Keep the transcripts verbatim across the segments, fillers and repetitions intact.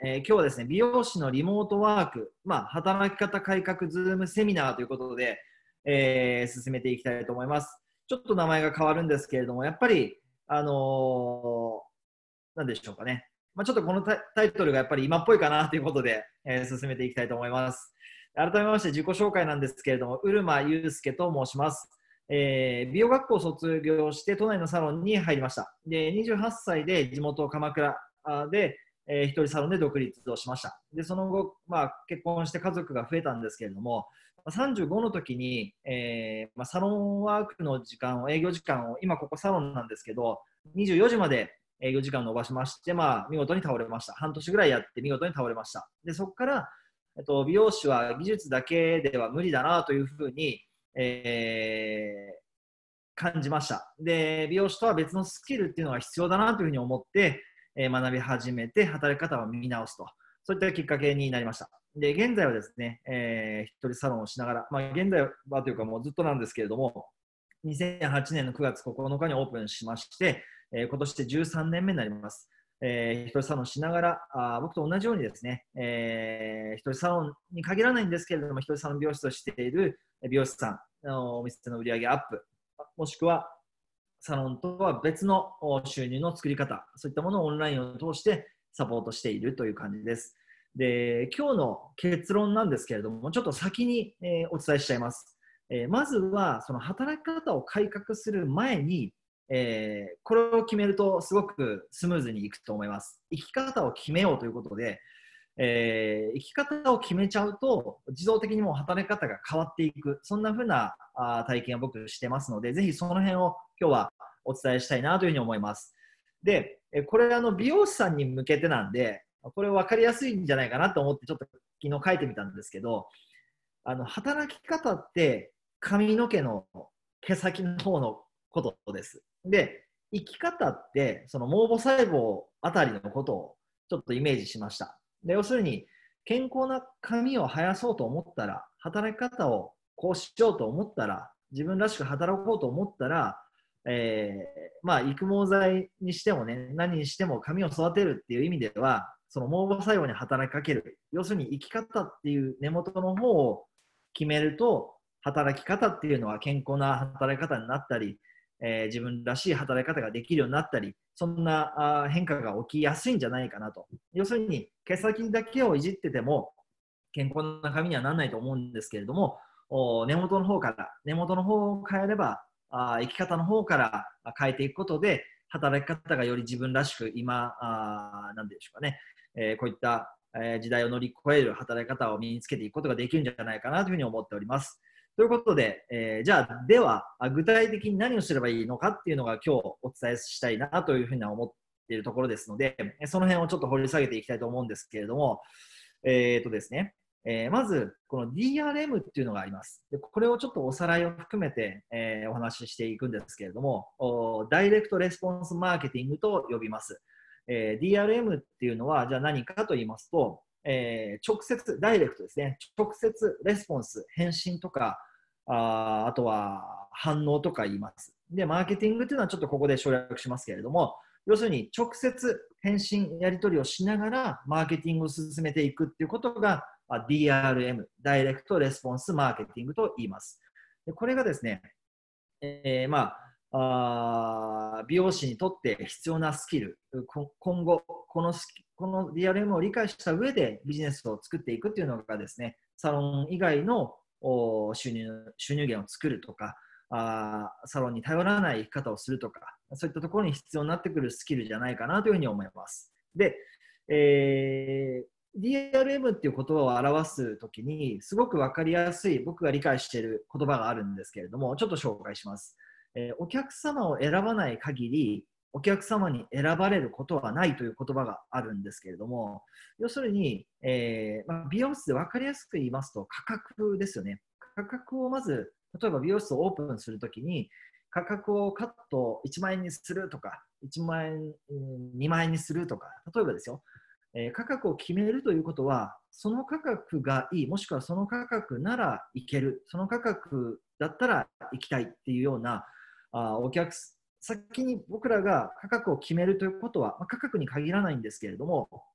えー今日はですね、美容師のリモートワーク、まあ、働き方改革ズームセミナーということで、えー進めていきたいと思います。ちょっと名前が変わるんですけれども、やっぱり、あのーなんでしょうかね。まあ、ちょっとこのタイタイトルがやっぱり今っぽいかなということで、えー進めていきたいと思います。改めまして自己紹介なんですけれども、うるまゆうすけと申します。えー美容学校を卒業して都内のサロンに入りました。で、にじゅうはっさいで地元鎌倉あで、えー一人サロンで独立をしました。で、その後、まあ、結婚して家族が増えたんですけれども、さんじゅうごの時に、えーまあ、サロンワークの時間を、営業時間を、今ここサロンなんですけど、にじゅうよじまで営業時間を延ばしまして、まあ、見事に倒れました。半年ぐらいやって見事に倒れました。で、そこから、えっと、美容師は技術だけでは無理だなというふうに、えー感じました。で、美容師とは別のスキルっていうのが必要だなというふうに思って、えー学び始めて、働き方を見直すと、そういったきっかけになりました。で、現在はですね、えー一人サロンをしながら、まあ、現在はというかもうずっとなんですけれども、にせんはちねんのくがつここのかにオープンしまして、えー今年でじゅうさんねんめになります。えー、一人サロンしながら、あ僕と同じようにですね、えー、一人サロンに限らないんですけれども、一人サロン美容師としている美容師さん、あのお店の売り上げアップ、もしくはサロンとは別の収入の作り方、そういったものをオンラインを通してサポートしているという感じです。で、今日の結論なんですけれども、ちょっと先に、えーお伝えしちゃいます。えーまずは、その働き方を改革する前に、えーこれを決めるとすごくスムーズにいくと思います。生き方を決めようということで、えー生き方を決めちゃうと自動的にもう働き方が変わっていく、そんな風なあ体験を僕してますので、ぜひその辺を今日はお伝えしたいなというふうに思います。で、これあの美容師さんに向けてなんで、これ分かりやすいんじゃないかなと思ってちょっと昨日書いてみたんですけど、あの働き方って髪の毛の毛先の方のことです。で、生き方ってその毛母細胞あたりのことをちょっとイメージしました。で、要するに健康な髪を生やそうと思ったら、働き方をこうしようと思ったら、自分らしく働こうと思ったら、えーまあ、育毛剤にしてもね、何にしても髪を育てるっていう意味では、その毛母細胞に働きかける、要するに生き方っていう根元の方を決めると、働き方っていうのは健康な働き方になったり、えー自分らしい働き方ができるようになったり、そんなあ変化が起きやすいんじゃないかなと。要するに、毛先だけをいじってても、健康な髪にはならないと思うんですけれども、お根元の方から、根元の方を変えれば、あ生き方の方から変えていくことで、働き方がより自分らしく、今、あなんでしょうかね、えーこういった、えー時代を乗り越える働き方を身につけていくことができるんじゃないかなというふうに思っております。ということで、えーじゃあ、では、具体的に何をすればいいのかっていうのが今日お伝えしたいなというふうに思っているところですので、その辺をちょっと掘り下げていきたいと思うんですけれども、えーとですね、えーまず、この ディーアールエム っていうのがあります。でこれをちょっとおさらいを含めて、えーお話ししていくんですけれども、ダイレクトレスポンスマーケティングと呼びます。えー ディーアールエム っていうのは、じゃあ何かと言いますと、えー直接、ダイレクトですね、直接レスポンス、返信とか、ああとは反応とか言います。で、マーケティングっていうのはちょっとここで省略しますけれども、要するに直接返信やり取りをしながらマーケティングを進めていくっていうことが ディーアールエム、ダイレクトレスポンスマーケティングと言います。でこれがですね、えーまあ、あ美容師にとって必要なスキル、今後このスキこの ディーアールエム を理解した上でビジネスを作っていくっていうのがですね、サロン以外の収入、収入源を作るとか、あサロンに頼らない生き方をするとか、そういったところに必要になってくるスキルじゃないかなというふうに思います。で、えー ディーアールエム っていう言葉を表すときに、すごく分かりやすい、僕が理解している言葉があるんですけれども、ちょっと紹介します。えーお客様を選ばない限り、お客様に選ばれることはないという言葉があるんですけれども、要するに、えーまあ、美容室で分かりやすく言いますと、価格ですよね。価格をまず、例えば美容室をオープンするときに、価格をカットいちまん円にするとか、いちまん円、にまん円にするとか、例えばですよ、えー価格を決めるということは、その価格がいい、もしくはその価格ならいける、その価格だったら行きたいっていうような、あお客先に僕らが価格を決めるということは、まあ、価格に限らないんですけれども、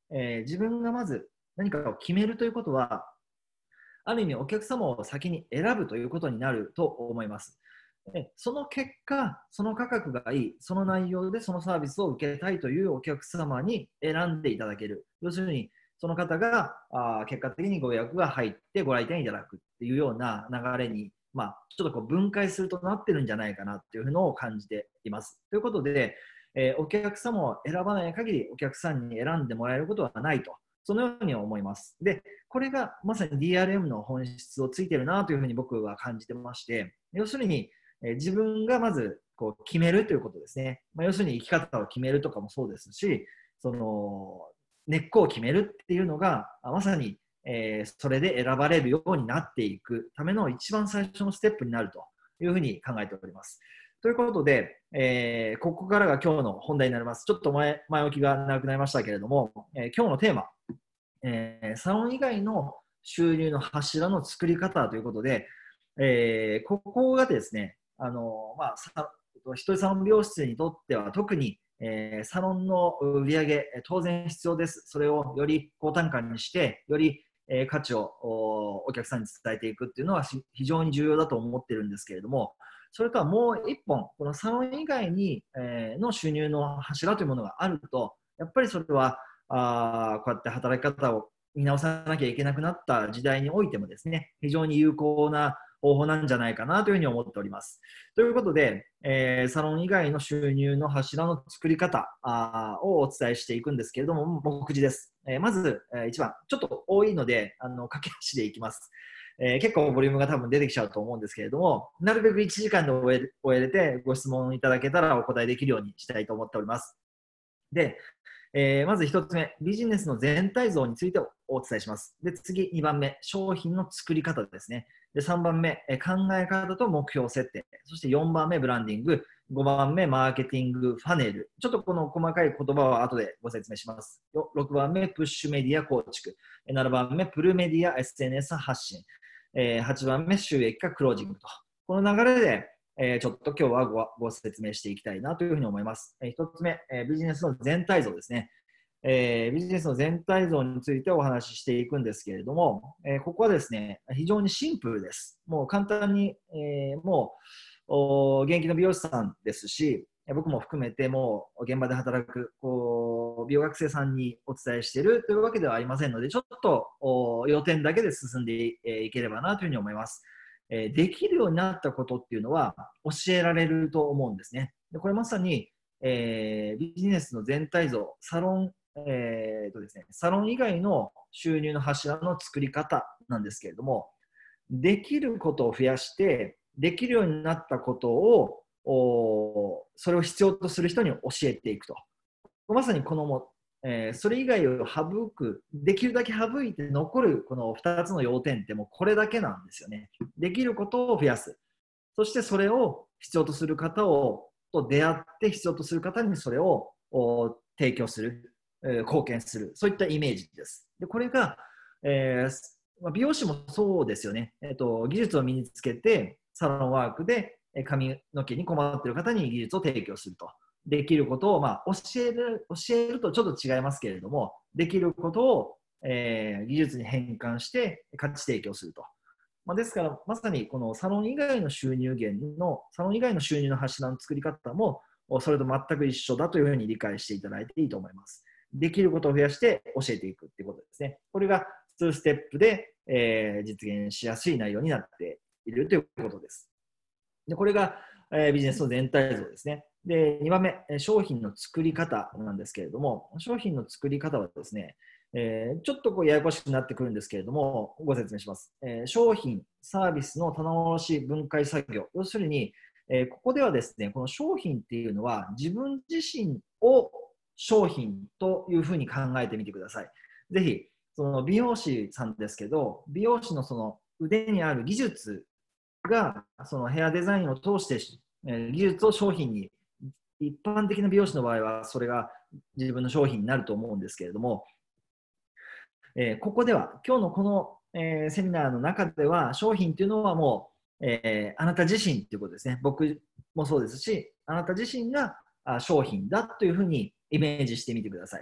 えー、自分がまず何かを決めるということは、ある意味お客様を先に選ぶということになると思います。でその結果、その価格がいい、その内容でそのサービスを受けたいというお客様に選んでいただける。要するに、その方があ結果的にご予約が入ってご来店いただくっていうような流れに、まあ、ちょっとこう分解するとなってるんじゃないかなっていうのを感じています。ということで、えー、お客様を選ばない限りお客さんに選んでもらえることはないと、そのように思います。で、これがまさに ディーアールエム の本質をついてるなというふうに僕は感じてまして、要するに、えー、自分がまずこう決めるということですね。まあ、要するに生き方を決めるとかもそうですし、その根っこを決めるっていうのがまさに、えー、それで選ばれるようになっていくための一番最初のステップになるというふうに考えております。ということで、えー、ここからが今日の本題になります。ちょっと前前置きが長くなりましたけれども、えー、今日のテーマ、えー、サロン以外の収入の柱の作り方ということで、えー、ここがですね、あのまあ、一人サロン美容室にとっては特に、えー、サロンの売り上げ、当然必要です。それをより高単価にして、より、えー、価値をお客さんに伝えていくっていうのは非常に重要だと思ってるんですけれども、それとはもう一本、このサロン以外に、えー、の収入の柱というものがあると、やっぱりそれはあこうやって働き方を見直さなきゃいけなくなった時代においてもですね、非常に有効な方法なんじゃないかなというふうに思っております。ということで、えー、サロン以外の収入の柱の作り方あをお伝えしていくんですけれども、目次です。えー、まず、えー、いちばん、ちょっと多いので、あの駆け足でいきます。えー、結構ボリュームが多分出てきちゃうと思うんですけれども、なるべくいちじかんで終え終えれてご質問いただけたらお答えできるようにしたいと思っております。で、えー、まずひとつめ、ビジネスの全体像についてお伝えします。で、次、にばんめ、商品の作り方ですね。で、さんばんめ、え考え方と目標設定。そしてよんばんめ、ブランディング。ごばんめ、マーケティング、ファネル。ちょっとこの細かい言葉は後でご説明します。ろくばんめ、プッシュメディア構築。ななばんめ、プルメディア エスエヌエス 発信。はちばんめ、収益化クロージングと。この流れで、えー、ちょっと今日は ご, ご説明していきたいなというふうに思います。えー、ひとつめ、えー、ビジネスの全体像ですね。えー、ビジネスの全体像についてお話ししていくんですけれども、えー、ここはですね、非常にシンプルです。もう簡単に、えー、もう現役の美容師さんですし、僕も含めてもう現場で働くこう美容学生さんにお伝えしているというわけではありませんので、ちょっと要点だけで進んでいければなというふうに思います。えできるようになったことっていうのは教えられると思うんですね。でこれまさに、えー、ビジネスの全体像、サロン、えーとですね、サロン以外の収入の柱の作り方なんですけれども、できることを増やして、できるようになったことを、それを必要とする人に教えていくと。まさにこのもえー、それ以外を省く、できるだけ省いて残るこのふたつの要点ってもうこれだけなんですよね。できることを増やす。そしてそれを必要とする方をと出会って必要とする方にそれを提供する、えー、貢献する。そういったイメージです。でこれが、えー、美容師もそうですよね。えーと、技術を身につけてサロンワークで髪の毛に困っている方に技術を提供すると。できることを、まあ、教える、教えるとちょっと違いますけれども、できることを、えー、技術に変換して価値提供すると。まあ、ですから、まさにこのサロン以外の収入源の、サロン以外の収入の柱の作り方も、それと全く一緒だというふうに理解していただいていいと思います。できることを増やして教えていくということですね。これがにステップで、えー、実現しやすい内容になっているということです。でこれが、えー、ビジネスの全体像ですね。で、にばんめ、商品の作り方なんですけれども、商品の作り方はですね、えー、ちょっとこうややこしくなってくるんですけれども、ご説明します。えー、商品、サービスの棚卸し分解作業。要するに、えー、ここではですね、この商品っていうのは自分自身を商品というふうに考えてみてください。ぜひ、その美容師さんですけど、美容師のその腕にある技術がそのヘアデザインを通して、えー、技術を商品に、一般的な美容師の場合はそれが自分の商品になると思うんですけれども、えー、ここでは今日のこの、えー、セミナーの中では商品というのはもう、えー、あなた自身ということですね。僕もそうですし、あなた自身が商品だというふうにイメージしてみてください。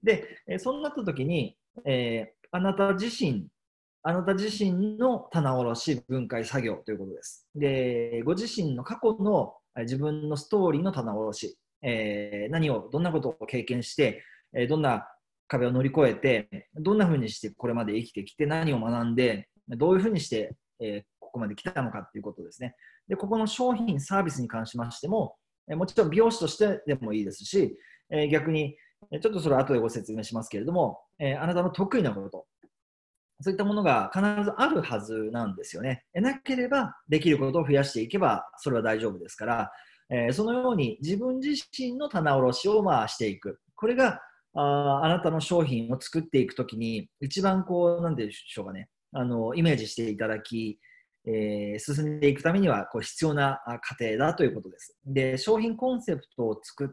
で、えそうなった時に、えー、あなた自身、あなた自身の棚卸し、分解作業ということです。で、ご自身の過去の自分のストーリーの棚卸し、えー、何を、どんなことを経験して、えー、どんな壁を乗り越えて、どんな風にしてこれまで生きてきて、何を学んで、どういう風にして、えー、ここまで来たのかということですね。で、ここの商品、サービスに関しましても、えー、もちろん美容師としてでもいいですし、えー、逆に、ちょっとそれは後でご説明しますけれども、えー、あなたの得意なこと、そういったものが必ずあるはずなんですよね。なければできることを増やしていけばそれは大丈夫ですから、えー、そのように自分自身の棚卸しをまあしていく。これがあ、あなたの商品を作っていくときに一番こう、なんでしょうかね、あのイメージしていただき、えー、進んでいくためにはこう必要な過程だということです。で、商品コンセプトを作って、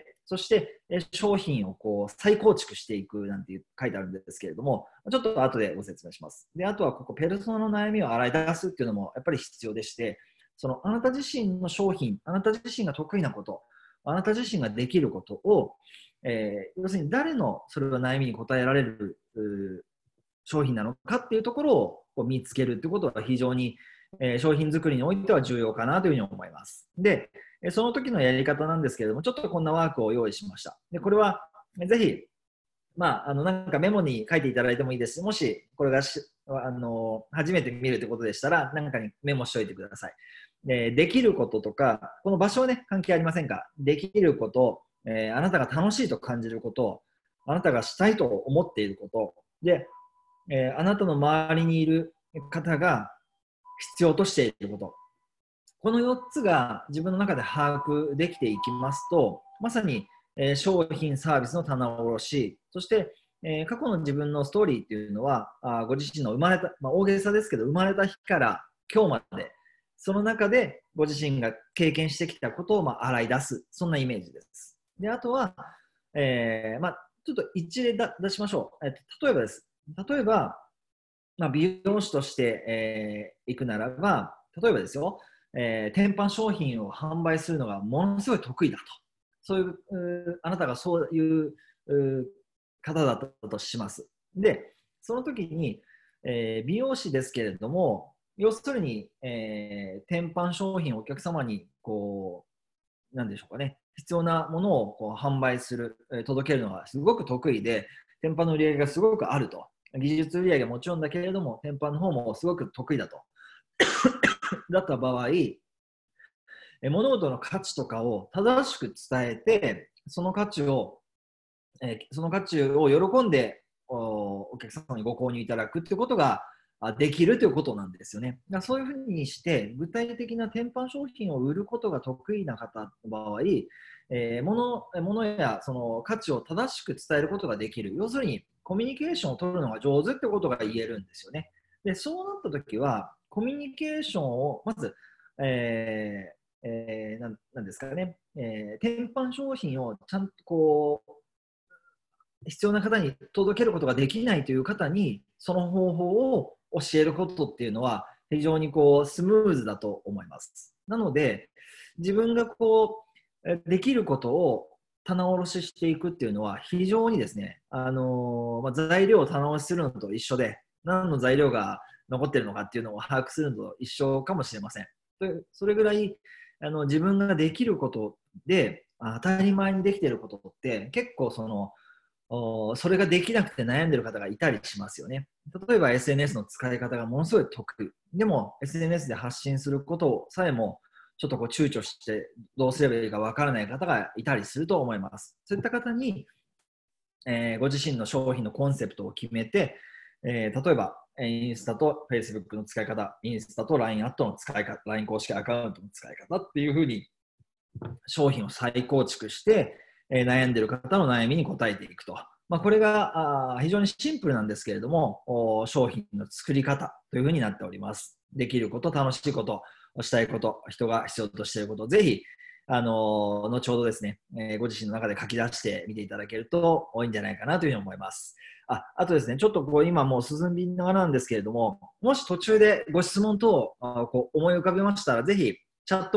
そして商品をこう再構築していくなんて書いてあるんですけれども、ちょっと後でご説明します。で、あとはここペルソナの悩みを洗い出すっていうのもやっぱり必要でして、そのあなた自身の商品、あなた自身が得意なこと、あなた自身ができることを、えー、要するに誰のそれは悩みに応えられる商品なのかっていうところをこう見つけるってことは非常に、えー、商品作りにおいては重要かなというふうに思います。で、その時のやり方なんですけれども、ちょっとこんなワークを用意しました。で、これはぜひ、まあ、あのなんかメモに書いていただいてもいいですし、もしこれがしあの初めて見るということでしたら、何かにメモしておいてください。で、できることとか、この場所はね、関係ありませんが、できること、えー、あなたが楽しいと感じること、あなたがしたいと思っていること、で、えー、あなたの周りにいる方が必要としていること、このよっつが自分の中で把握できていきますと、まさに、えー、商品サービスの棚卸し、そして、えー、過去の自分のストーリーっていうのは、あご自身の生まれた、まあ、大げさですけど、生まれた日から今日まで、その中でご自身が経験してきたことを、まあ、洗い出す、そんなイメージです。で、あとは、えーまあ、ちょっと一例だ出しましょう。えー、例えばです。例えば、まあ、美容師として、えー、行くならば、例えばですよ、えー、天板商品を販売するのがものすごい得意だと。そういう、うあなたがそういうう方だったとします。で、その時に、えー、美容師ですけれども、要するに、えー、天板商品をお客様に、こう、なんでしょうかね、必要なものをこう販売する、えー、届けるのがすごく得意で、天板の売り上げがすごくあると。技術売り上げもちろんだけれども、天板の方もすごく得意だと。だった場合、物事の価値とかを正しく伝えて、その価値を、えー、その価値を喜んでお、お客様にご購入いただくということができるということなんですよね。だそういうふうにして、具体的な天板商品を売ることが得意な方の場合、えー、物, 物やその価値を正しく伝えることができる。要するに、コミュニケーションを取るのが上手ってことが言えるんですよね。で、そうなったときは、コミュニケーションをまず、えーえー、な, なんですかね、えー、天板商品をちゃんとこう必要な方に届けることができないという方にその方法を教えることっていうのは非常にこうスムーズだと思います。なので自分がこうできることを棚卸ししていくっていうのは非常にですね、あのーまあ、材料を棚卸しするのと一緒で、何の材料が残っているのかっていうのを把握するのと一緒かもしれません。それぐらいあの自分ができることで当たり前にできていることって結構そのそれができなくて悩んでいる方がいたりしますよね。例えば エスエヌエス の使い方がものすごい得意。でも エスエヌエス で発信することさえもちょっとこう躊躇してどうすればいいかわからない方がいたりすると思います。そういった方に、えー、ご自身の商品のコンセプトを決めて、えー、例えばインスタと Facebook の使い方、インスタと ライン アットの使い方、ライン 公式アカウントの使い方っていうふうに商品を再構築して、えー、悩んでいる方の悩みに応えていくと。まあ、これがあ非常にシンプルなんですけれども、商品の作り方というふうになっております。できること、楽しいこと、したいこと、人が必要としていること、ぜひ、あのー、後ほどですね、えー、ご自身の中で書き出してみていただけると多いんじゃないかなというふうに思います。あ、あとですね、ちょっとこう今もう進みながらなんですけれども、もし途中でご質問等をこう思い浮かべましたら、ぜひチャットのと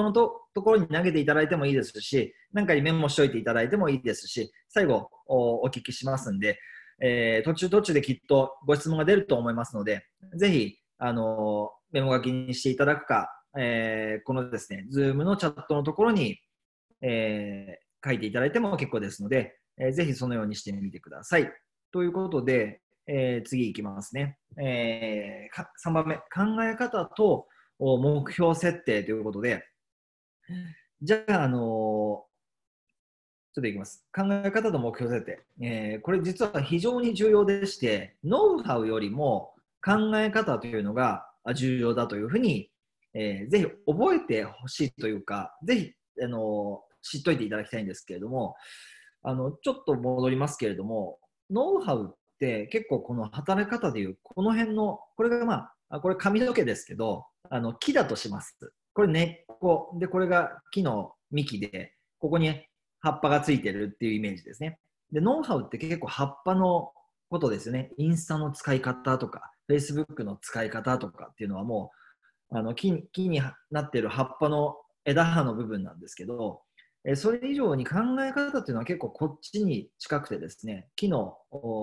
ところに投げていただいてもいいですし、何かにメモしておいていただいてもいいですし、最後お聞きしますんで、えー、途中途中できっとご質問が出ると思いますので、ぜひ、あのー、メモ書きにしていただくか、えー、このですね、Zoom のチャットのところに、えー、書いていただいても結構ですので、えー、ぜひそのようにしてみてください。ということで、えー、次いきますね、えー、さんばんめ、考え方と目標設定ということで、じゃあ、あのー、ちょっといきます。考え方と目標設定。えー、これ実は非常に重要でして、ノウハウよりも考え方というのが重要だというふうに、えー、ぜひ覚えてほしいというか、ぜひ、あのー、知っといていただきたいんですけれども、あの、ちょっと戻りますけれども、ノウハウって結構この働き方でいう、この辺の、これがまあ、これ髪の毛ですけど、あの木だとします。これ根っこで、これが木の幹で、ここに葉っぱがついてるっていうイメージですね。で、ノウハウって結構葉っぱのことですよね。インスタの使い方とか、Facebook の使い方とかっていうのはもう、あの木木になっている葉っぱの枝葉の部分なんですけど、それ以上に考え方っていうのは結構こっちに近くてですね、木の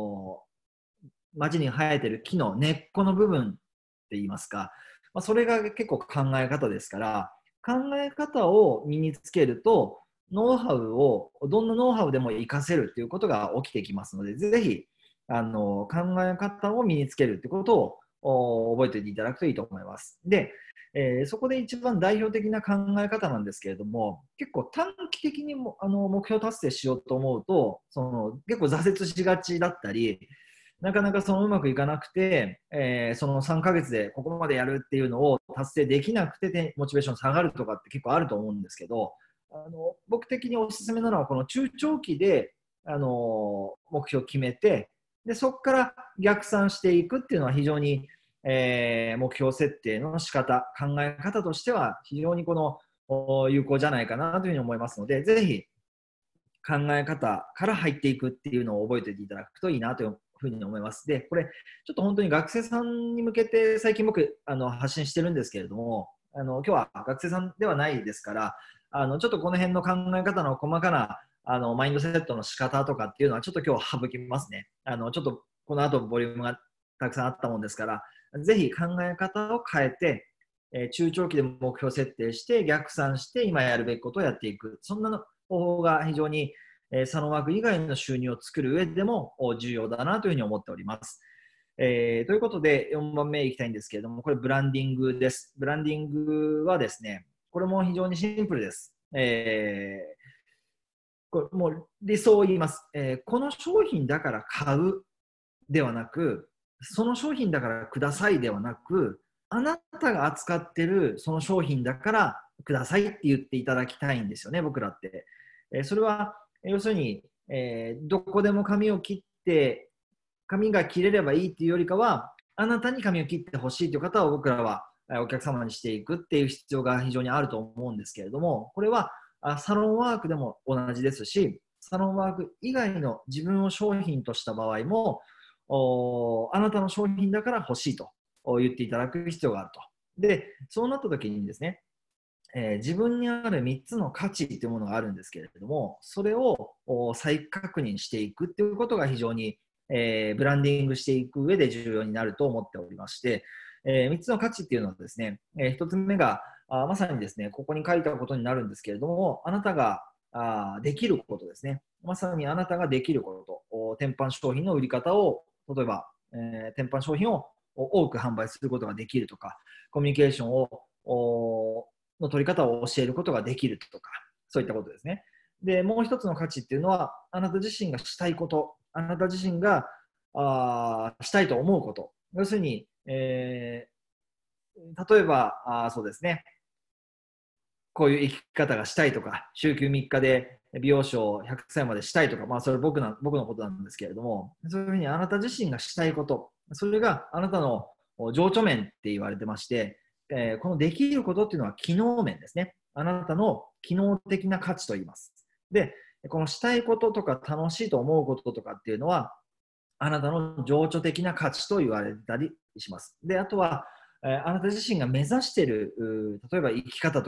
町に生えてる木の根っこの部分って言いますか、まあ、それが結構考え方ですから、考え方を身につけると、ノウハウをどんなノウハウでも活かせるっていうことが起きてきますので、ぜひあの考え方を身につけるってことを覚えておいていただくといいと思います。で、えー、そこで一番代表的な考え方なんですけれども、結構短期的にもあの目標達成しようと思うと、その結構挫折しがちだったり、なかなかそのうまくいかなくて、えー、そのさんかげつでここまでやるっていうのを達成できなくてモチベーション下がるとかって結構あると思うんですけど、あの僕的におすすめなのはこの中長期であの目標を決めて、でそこから逆算していくっていうのは非常に、えー、目標設定の仕方、考え方としては非常にこの有効じゃないかなというふうに思いますので、ぜひ考え方から入っていくっていうのを覚えておいていただくといいなというふうに思います。で、これ、ちょっと本当に学生さんに向けて最近僕、あの発信してるんですけれども、あの今日は学生さんではないですから、あのちょっとこの辺の考え方の細かなあのマインドセットの仕方とかっていうのはちょっと今日省きますね。あのちょっとこの後ボリュームがたくさんあったもんですから、ぜひ考え方を変えて、えー、中長期で目標設定して逆算して今やるべきことをやっていく。そんな方法が非常に、えー、サロンワーク以外の収入を作る上でも重要だなというふうに思っております。えー、ということでよんばんめいきたいんですけれども、これブランディングです。ブランディングはですね、これも非常にシンプルです。えー、これもう理想を言います、えー。この商品だから買うではなく、その商品だからくださいではなく、あなたが扱ってるその商品だからくださいって言っていただきたいんですよね、僕らって。えー、それは要するに、えー、どこでも髪を切って髪が切れればいいっていうよりかは、あなたに髪を切ってほしいという方を僕らはお客様にしていくっていう必要が非常にあると思うんですけれども、これはサロンワークでも同じですし、サロンワーク以外の自分を商品とした場合も、あなたの商品だから欲しいと言っていただく必要があると。で、そうなった時にですね、えー、自分にあるみっつの価値というものがあるんですけれども、それを再確認していくっていうことが非常に、えー、ブランディングしていく上で重要になると思っておりまして、えー、みっつの価値っていうのはですね、えー、ひとつめがあまさにですね、ここに書いたことになるんですけれども、あなたがあできることですね。まさにあなたができること、天板商品の売り方を、例えば、えー、天板商品を多く販売することができるとか、コミュニケーションをの取り方を教えることができるとか、そういったことですね。で、もう一つの価値っていうのは、あなた自身がしたいこと、あなた自身があしたいと思うこと。要するに、えー、例えばあ、そうですね、こういう生き方がしたいとか、週休みっかで美容師をひゃくさいまでしたいとか、まあ、それ僕な僕のことなんですけれども、そういうふうにあなた自身がしたいこと、それがあなたの情緒面って言われてまして、えー、このできることっていうのは機能面ですね。あなたの機能的な価値と言います。で、このしたいこととか楽しいと思うこととかっていうのは、あなたの情緒的な価値と言われたりします。で、あとは、えー、あなた自身が目指している、例えば生き方とか、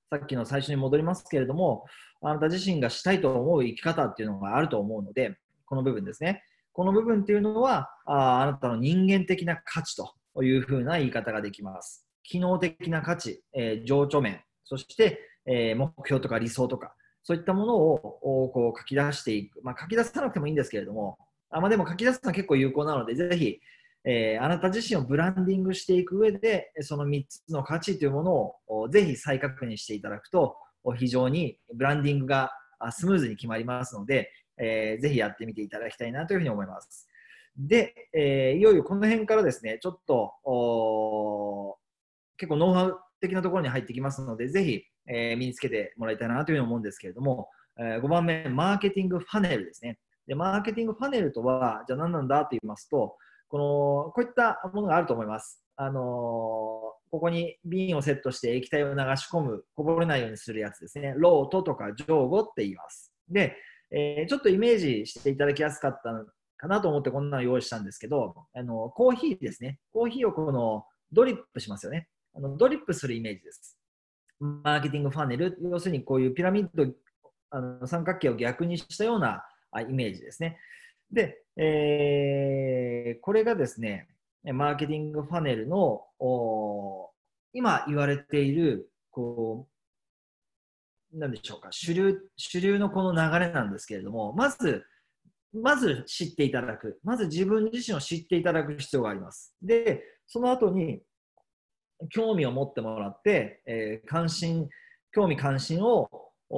さっきの最初に戻りますけれども、あなた自身がしたいと思う生き方っていうのがあると思うので、この部分ですね。この部分っていうのは、あ、あなたの人間的な価値というふうな言い方ができます。機能的な価値、えー、情緒面、そして、えー、目標とか理想とか、そういったものをこう書き出していく。まあ、書き出さなくてもいいんですけれども、あまあ、でも書き出すのは結構有効なので、ぜひ、えー、あなた自身をブランディングしていく上で、そのみっつの価値というものをぜひ再確認していただくと、非常にブランディングがスムーズに決まりますので、えー、ぜひやってみていただきたいなというふうに思います。で、えー、いよいよこの辺からですね、ちょっと結構ノウハウ的なところに入ってきますので、ぜひ、えー、身につけてもらいたいなというふうに思うんですけれども、えー、ごばんめ、マーケティングファネルですね。で、マーケティングファネルとは、じゃあ何なんだと言いますと、このこういったものがあると思います。あのー、ここに瓶をセットして液体を流し込む、こぼれないようにするやつですね。ロートとかジョーゴって言います。で、えー、ちょっとイメージしていただきやすかったかなと思ってこんなの用意したんですけど、あのコーヒーですね。コーヒーをこのドリップしますよね。あのドリップするイメージです。マーケティングファネル、要するにこういうピラミッド、あの三角形を逆にしたようなイメージですね。で、えー、これがですね、マーケティングファネルの今言われている、こう、なんでしょうか、主流、主流のこの流れなんですけれども、まず、まず知っていただく。まず自分自身を知っていただく必要があります。で、その後に、興味を持ってもらって、えー、関心、興味関心を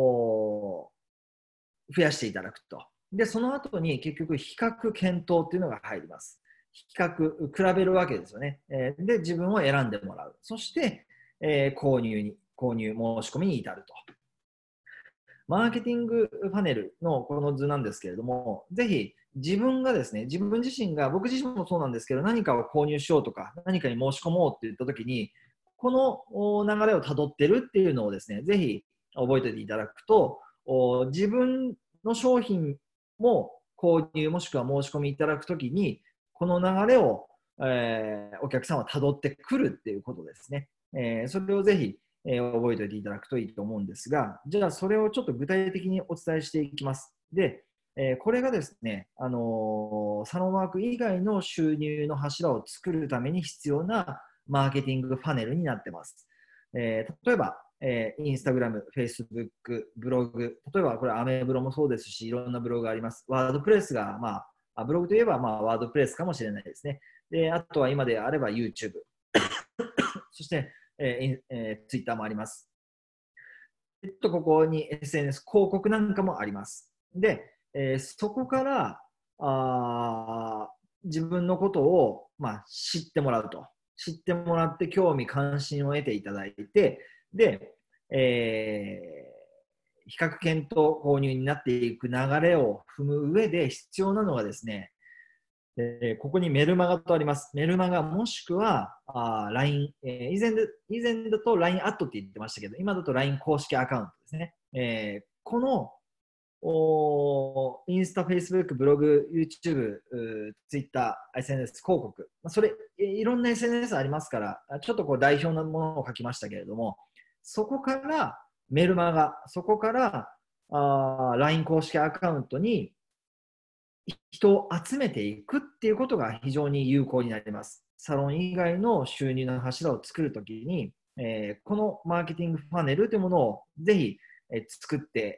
増やしていただくと。で、その後に結局比較検討っていうのが入ります。比較、比べるわけですよね。えー、で、自分を選んでもらう。そして、えー、購入に、購入、申し込みに至ると。マーケティングファネルのこの図なんですけれども、ぜひ自分がですね、自分自身が、僕自身もそうなんですけど、何かを購入しようとか、何かに申し込もうって言ったときに、この流れをたどってるっていうのをですね、ぜひ覚えておいていただくと、自分の商品も購入もしくは申し込みいただくときに、この流れを、えー、お客さんはたどってくるっていうことですね。えー、それをぜひえー、覚えておいていただくといいと思うんですが、じゃあそれをちょっと具体的にお伝えしていきます。で、えー、これがですね、あのー、サロンワーク以外の収入の柱を作るために必要なマーケティングファネルになってます。えー、例えば、えー、インスタグラム、フェイスブック、ブログ、例えばこれアメブロもそうですし、いろんなブログがあります。ワードプレスが、まあ、ブログといえば、まあ、ワードプレスかもしれないですね。で、あとは今であれば YouTube。そして、えーえー、ツイッターもあります。えっと、ここに エスエヌエス 広告なんかもあります。で、えー、そこからあ自分のことを、まあ、知ってもらうと。知ってもらって興味関心を得ていただいて、で、えー、比較検討購入になっていく流れを踏む上で必要なのがですね、えー、ここにメルマガとあります。メルマガもしくはあ ライン、えー、以前で、以前だと ライン アットって言ってましたけど、今だと ライン 公式アカウントですね。えー、このおインスタ、フェイスブック、ブログ、YouTube、ツイッター、エスエヌエス 広告、それいろんな エスエヌエス ありますから、ちょっとこう代表のものを書きましたけれども、そこからメルマガ、そこからあ ライン 公式アカウントに人を集めていくっていうことが非常に有効になります。サロン以外の収入の柱を作るときに、えー、このマーケティングファネルというものをぜひ、えー、作って、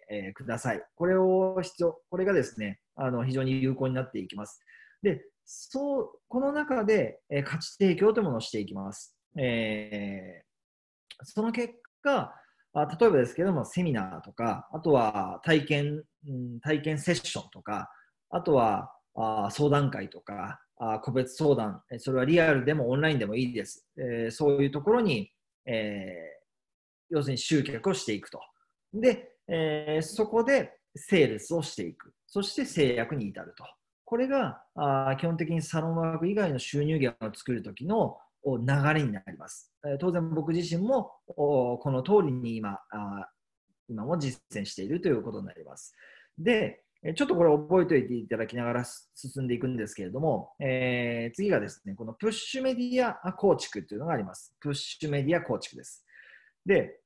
えー、ください。これを必要、これがですね、あの非常に有効になっていきます。で、そう、この中で、えー、価値提供というものをしていきます。えー、その結果、あ例えばですけども、セミナーとか、あとは体験、うん、体験セッションとか、あとはあ相談会とかあ個別相談、それはリアルでもオンラインでもいいです。えー、そういうところに、えー、要するに集客をしていくと。で、えー、そこでセールスをしていく。そして制約に至ると。これがあ基本的にサロンワーク以外の収入源を作るときの流れになります。えー、当然僕自身もこの通りに今あ今も実践しているということになります。で、ちょっとこれ覚えておいていただきながら進んでいくんですけれども、えー、次がですね、このプッシュメディア構築というのがあります。プッシュメディア構築です。で、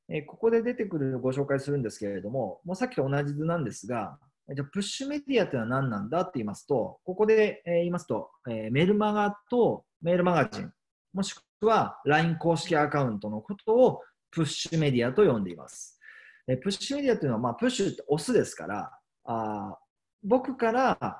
えーここで出てくるのをご紹介するんですけれども、もうさっきと同じ図なんですが、じゃあプッシュメディアっていうのは何なんだって言いますと、ここで、えー言いますと、えーメルマガとメールマガジン、もしくは ライン 公式アカウントのことをプッシュメディアと呼んでいます。えープッシュメディアというのは、まあ、プッシュって押すですから、あ僕から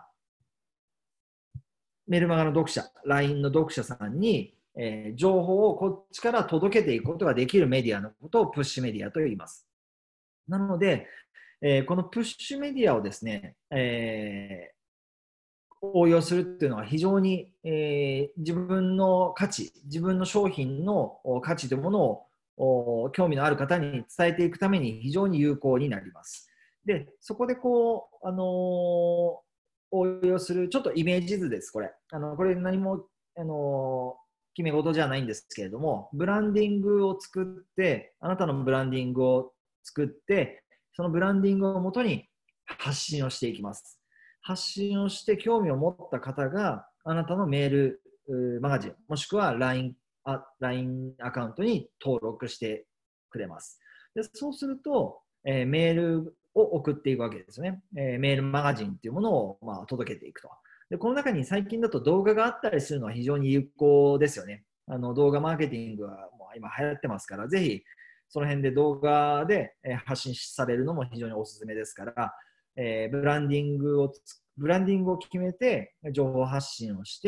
メルマガの読者、ライン の読者さんに、えー情報をこっちから届けていくことができるメディアのことをプッシュメディアと言います。なので、えーこのプッシュメディアをですね、えー応用するっていうのは非常に、えー自分の価値、自分の商品の価値というものを興味のある方に伝えていくために非常に有効になります。で、そこでこう、あのー応用するちょっとイメージ図です、これ。あのこれ何も、あのー決め事じゃないんですけれども、ブランディングを作って、あなたのブランディングを作って、そのブランディングをもとに発信をしていきます。発信をして興味を持った方があなたのメールマガジンもしくは ライン, あ ライン アカウントに登録してくれます。でそうすると、えー、メールを送っていくわけですね。えー、メールマガジンっていうものを、まあ、届けていくと。でこの中に最近だと動画があったりするのは非常に有効ですよね。あの動画マーケティングはもう今流行ってますから、ぜひその辺で動画で発信されるのも非常におすすめですから、えー、ブランディングをブランディングを決めて情報発信をして、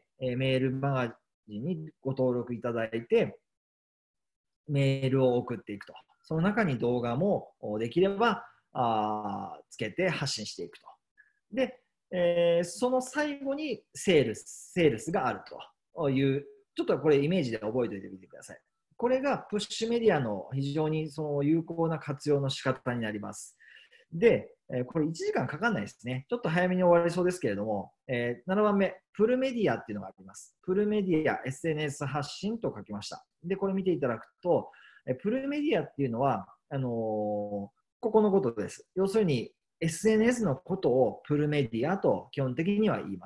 えー、メールマガジンにご登録いただいてメールを送っていくと。その中に動画もできればあつけて発信していくと。で、えー、その最後にセールス、セールスがあるという、ちょっとこれイメージで覚えておいてみてください。これがプッシュメディアの非常にその有効な活用の仕方になります。で、これいちじかんかかんないですね。ちょっと早めに終わりそうですけれども、えー、ななばんめ、プルメディアっていうのがあります。プルメディア、エスエヌエス 発信と書きました。で、これ見ていただくと、プルメディアっていうのは、あのー、ここのことです。要するに、エスエヌエス のことをプルメディアと基本的には言います。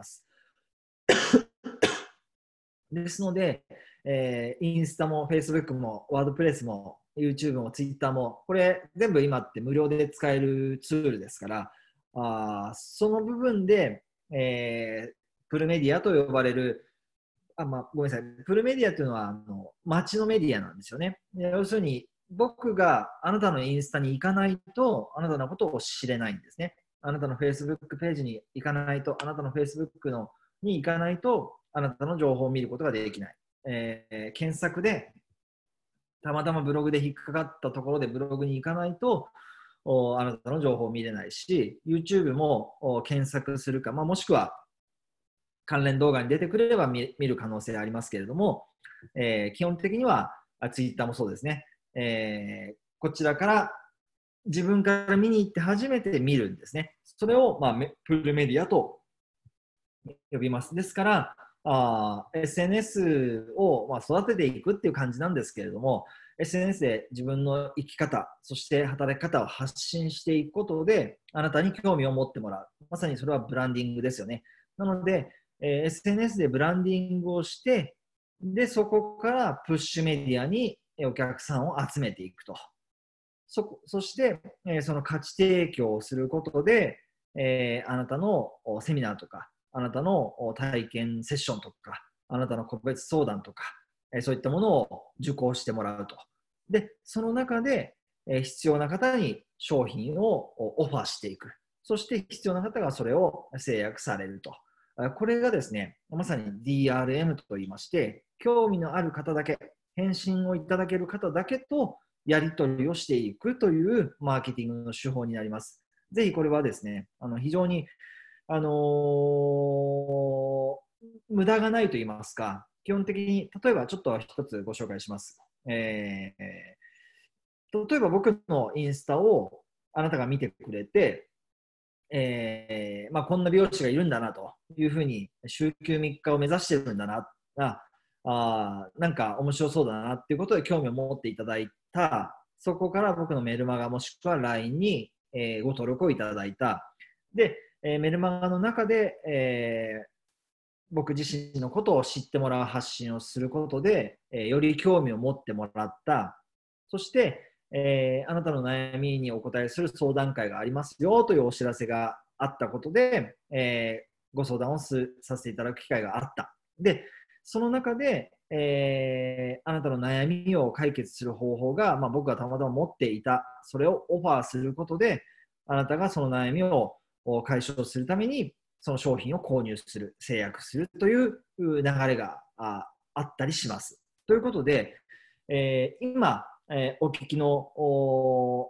ですので、えー、インスタも Facebook もワードプレスも YouTube も Twitter もこれ全部今って無料で使えるツールですから、あその部分で、えー、プルメディアと呼ばれるあ、まあ、ごめんなさい、プルメディアというのはあの街のメディアなんですよね。要するに僕があなたのインスタに行かないとあなたのことを知れないんですね。あなたの Facebook ページに行かないと、あなたの Facebook のに行かないとあなたの情報を見ることができない。えー、検索でたまたまブログで引っかかったところでブログに行かないとあなたの情報を見れないし、YouTube も検索するか、まあ、もしくは関連動画に出てくれれば 見, 見る可能性ありますけれども、えー、基本的には Twitter もそうですね、えー、こちらから自分から見に行って初めて見るんですね。それを、まあ、プルメディアと呼びます。ですからあ エスエヌエス を、まあ、育てていくっていう感じなんですけれども、 エスエヌエス で自分の生き方そして働き方を発信していくことであなたに興味を持ってもらう。まさにそれはブランディングですよね。なので、えー、エスエヌエス でブランディングをしてでそこからプッシュメディアにお客さんを集めていくと。そ, そして、えー、その価値提供をすることで、えー、あなたのセミナーとかあなたの体験セッションとかあなたの個別相談とか、えー、そういったものを受講してもらうと。でその中で、えー、必要な方に商品をオファーしていく。そして必要な方がそれを制約されると。これがですね、まさに ディーアールエム と言いまして、興味のある方だけ、返信をいただける方だけとやり取りをしていくというマーケティングの手法になります。ぜひこれはですね、あの非常に、あのー、無駄がないと言いますか、基本的に、例えばちょっと一つご紹介します。えー、例えば僕のインスタをあなたが見てくれて、えーまあ、こんな美容師がいるんだなというふうに週休みっかを目指してるんだなああなんか面白そうだなっていうことで興味を持っていただいた。そこから僕のメルマガもしくは ライン に、えー、ご登録をいただいた。で、えー、メルマガの中で、えー、僕自身のことを知ってもらう発信をすることで、えー、より興味を持ってもらった。そしてえーあなたの悩みにお答えする相談会がありますよというお知らせがあったことで、えーご相談をすさせていただく機会があった。で、その中で、えーあなたの悩みを解決する方法が、まあ、僕がたまたま持っていた、それをオファーすることで、あなたがその悩みを解消するために、その商品を購入する、制約するという流れがああったりします。ということで、えー今、えーお聞きのお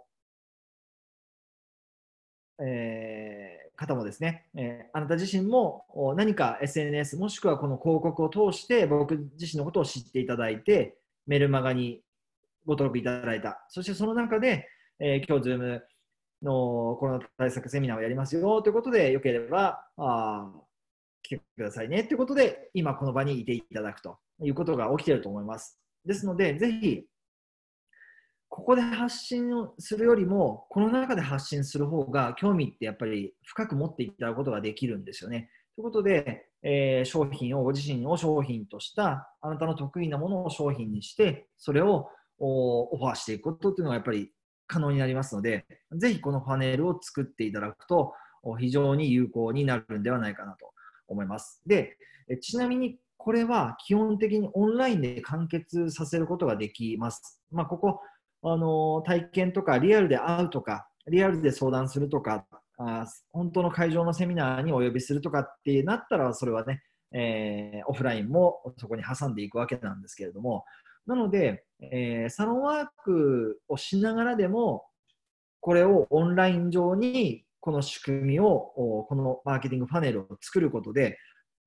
えー方もですね、えーあなた自身もお何か エスエヌエス もしくはこの広告を通して僕自身のことを知っていただいて、メルマガにご登録いただいた。そしてその中で、えー今日 Zoom のコロナ対策セミナーをやりますよということで、よければあ来てくださいねということで、今この場にいていただくということが起きていると思います。ですので、ぜひここで発信をするよりも、この中で発信する方が、興味ってやっぱり深く持っていただくことができるんですよね。ということで、えー商品を、ご自身を商品とした、あなたの得意なものを商品にして、それをおオファーしていくことっていうのがやっぱり可能になりますので、ぜひこのパネルを作っていただくと、お非常に有効になるんではないかなと思います。で、えちなみにこれは基本的にオンラインで完結させることができます。まあ、ここあの体験とかリアルで会うとかリアルで相談するとかあ本当の会場のセミナーにお呼びするとかってなったらそれはね、えーオフラインもそこに挟んでいくわけなんですけれども、なので、えーサロンワークをしながらでもこれをオンライン上にこの仕組みをこのマーケティングパネルを作ることで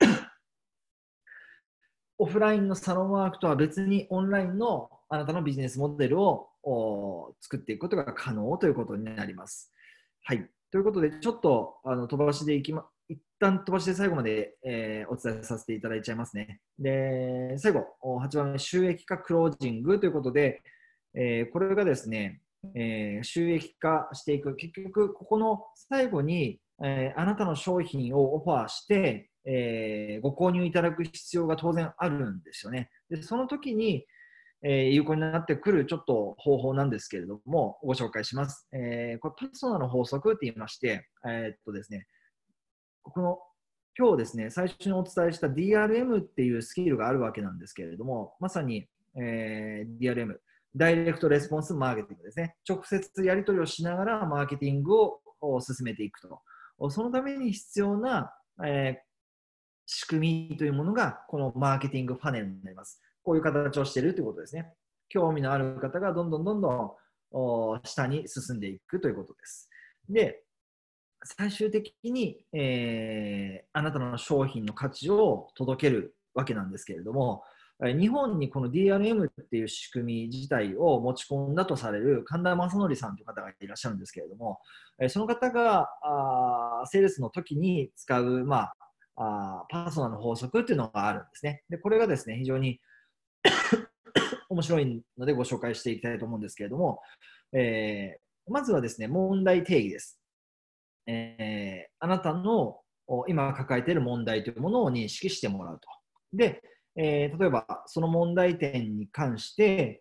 オフラインのサロンワークとは別にオンラインのあなたのビジネスモデルを作っていくことが可能ということになります。はい。ということで、ちょっとあの飛ばしでいきま、一旦飛ばしで最後まで、えーお伝えさせていただいちゃいますね。で、最後、はちばんめ、収益化クロージングということで、えーこれがですね、えー収益化していく。結局、ここの最後に、えーあなたの商品をオファーして、えーご購入いただく必要が当然あるんですよね。で、その時に、えー有効になってくるちょっと方法なんですけれども、ご紹介します。えーこれパソナの法則って言いまして、えーっとですね、この今日ですね、最初にお伝えした ディーアールエム っていうスキルがあるわけなんですけれども、まさに、えー ディーアールエム、ダイレクトレスポンスマーケティングですね。直接やり取りをしながらマーケティングを進めていくと。そのために必要な、えー仕組みというものがこのマーケティングパネルになります。こういう形をしているということですね。興味のある方がどんどんどんどん下に進んでいくということです。で、最終的に、えーあなたの商品の価値を届けるわけなんですけれども、日本にこの ディーアールエム っていう仕組み自体を持ち込んだとされる神田正則さんという方がいらっしゃるんですけれども、その方があーセールスの時に使う、まあ、あパーソナルの法則っていうのがあるんですね。で、これがですね、非常に面白いのでご紹介していきたいと思うんですけれども、えーまずはですね、問題定義です。えーあなたの今抱えている問題というものを認識してもらうと。で、えー例えばその問題点に関して、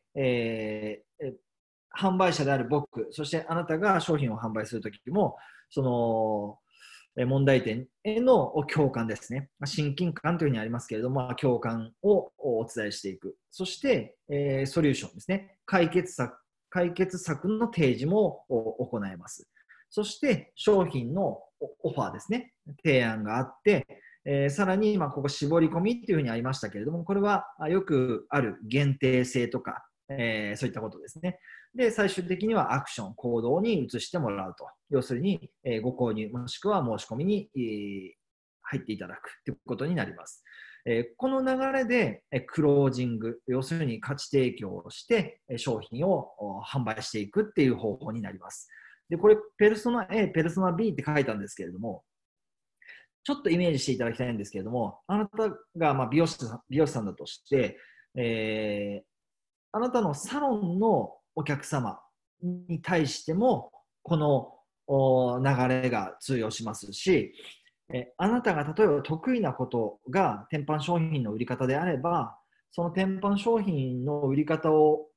えー販売者である僕、そしてあなたが商品を販売するときも、その問題点への共感ですね。親近感というふうにありますけれども、共感をお伝えしていく。そして、えーソリューションですね。解決策、解決策の提示も行えます。そして商品のオファーですね。提案があって、えーさらに、まあ、ここ絞り込みっていうふうにありましたけれども、これはよくある限定性とか、えーそういったことですね。で、最終的にはアクション、行動に移してもらうと。要するに、えーご購入、もしくは申し込みに、えー入っていただくということになります。えーこの流れで、えークロージング、要するに価値提供をして、えー商品を販売していくっていう方法になります。で、これ、ペルソナ A、ペルソナ ビー って書いたんですけれども、ちょっとイメージしていただきたいんですけれども、あなたがまあ美容師さん美容師さんだとして、えーあなたのサロンのお客様に対しても、この流れが通用しますし、えあなたが例えば得意なことが天板商品の売り方であれば、その天板商品の売り方を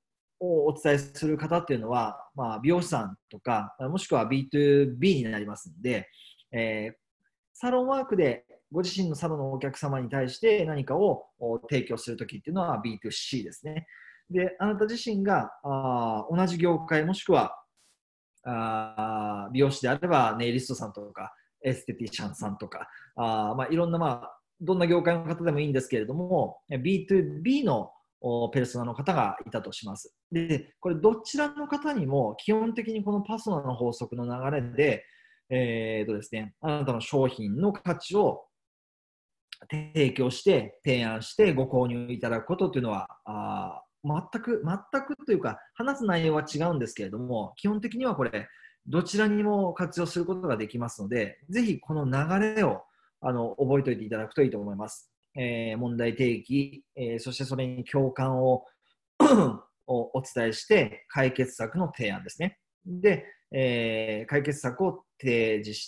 をお伝えする方っていうのは、まあ、美容師さんとか、もしくは ビーツービー になりますので、えー、サロンワークでご自身のサロンのお客様に対して何かを提供するときっていうのは ビーツーシー ですね。で、あなた自身があ同じ業界、もしくはあ美容師であればネイリストさんとかエステティシャンさんとかあ、まあ、いろんな、まあ、どんな業界の方でもいいんですけれども ビーツービー のペルソナの方がいたとします。で、これどちらの方にも基本的にこのパソナの法則の流れで、えーとですね、あなたの商品の価値を提供して提案してご購入いただくことというのはあ全く全くというか話す内容は違うんですけれども、基本的にはこれどちらにも活用することができますので、ぜひこの流れをあの覚えておいていただくといいと思います。えー、問題提起、えー、そしてそれに共感をお伝えして解決策の提案ですね。で、えー、解決策を提示して、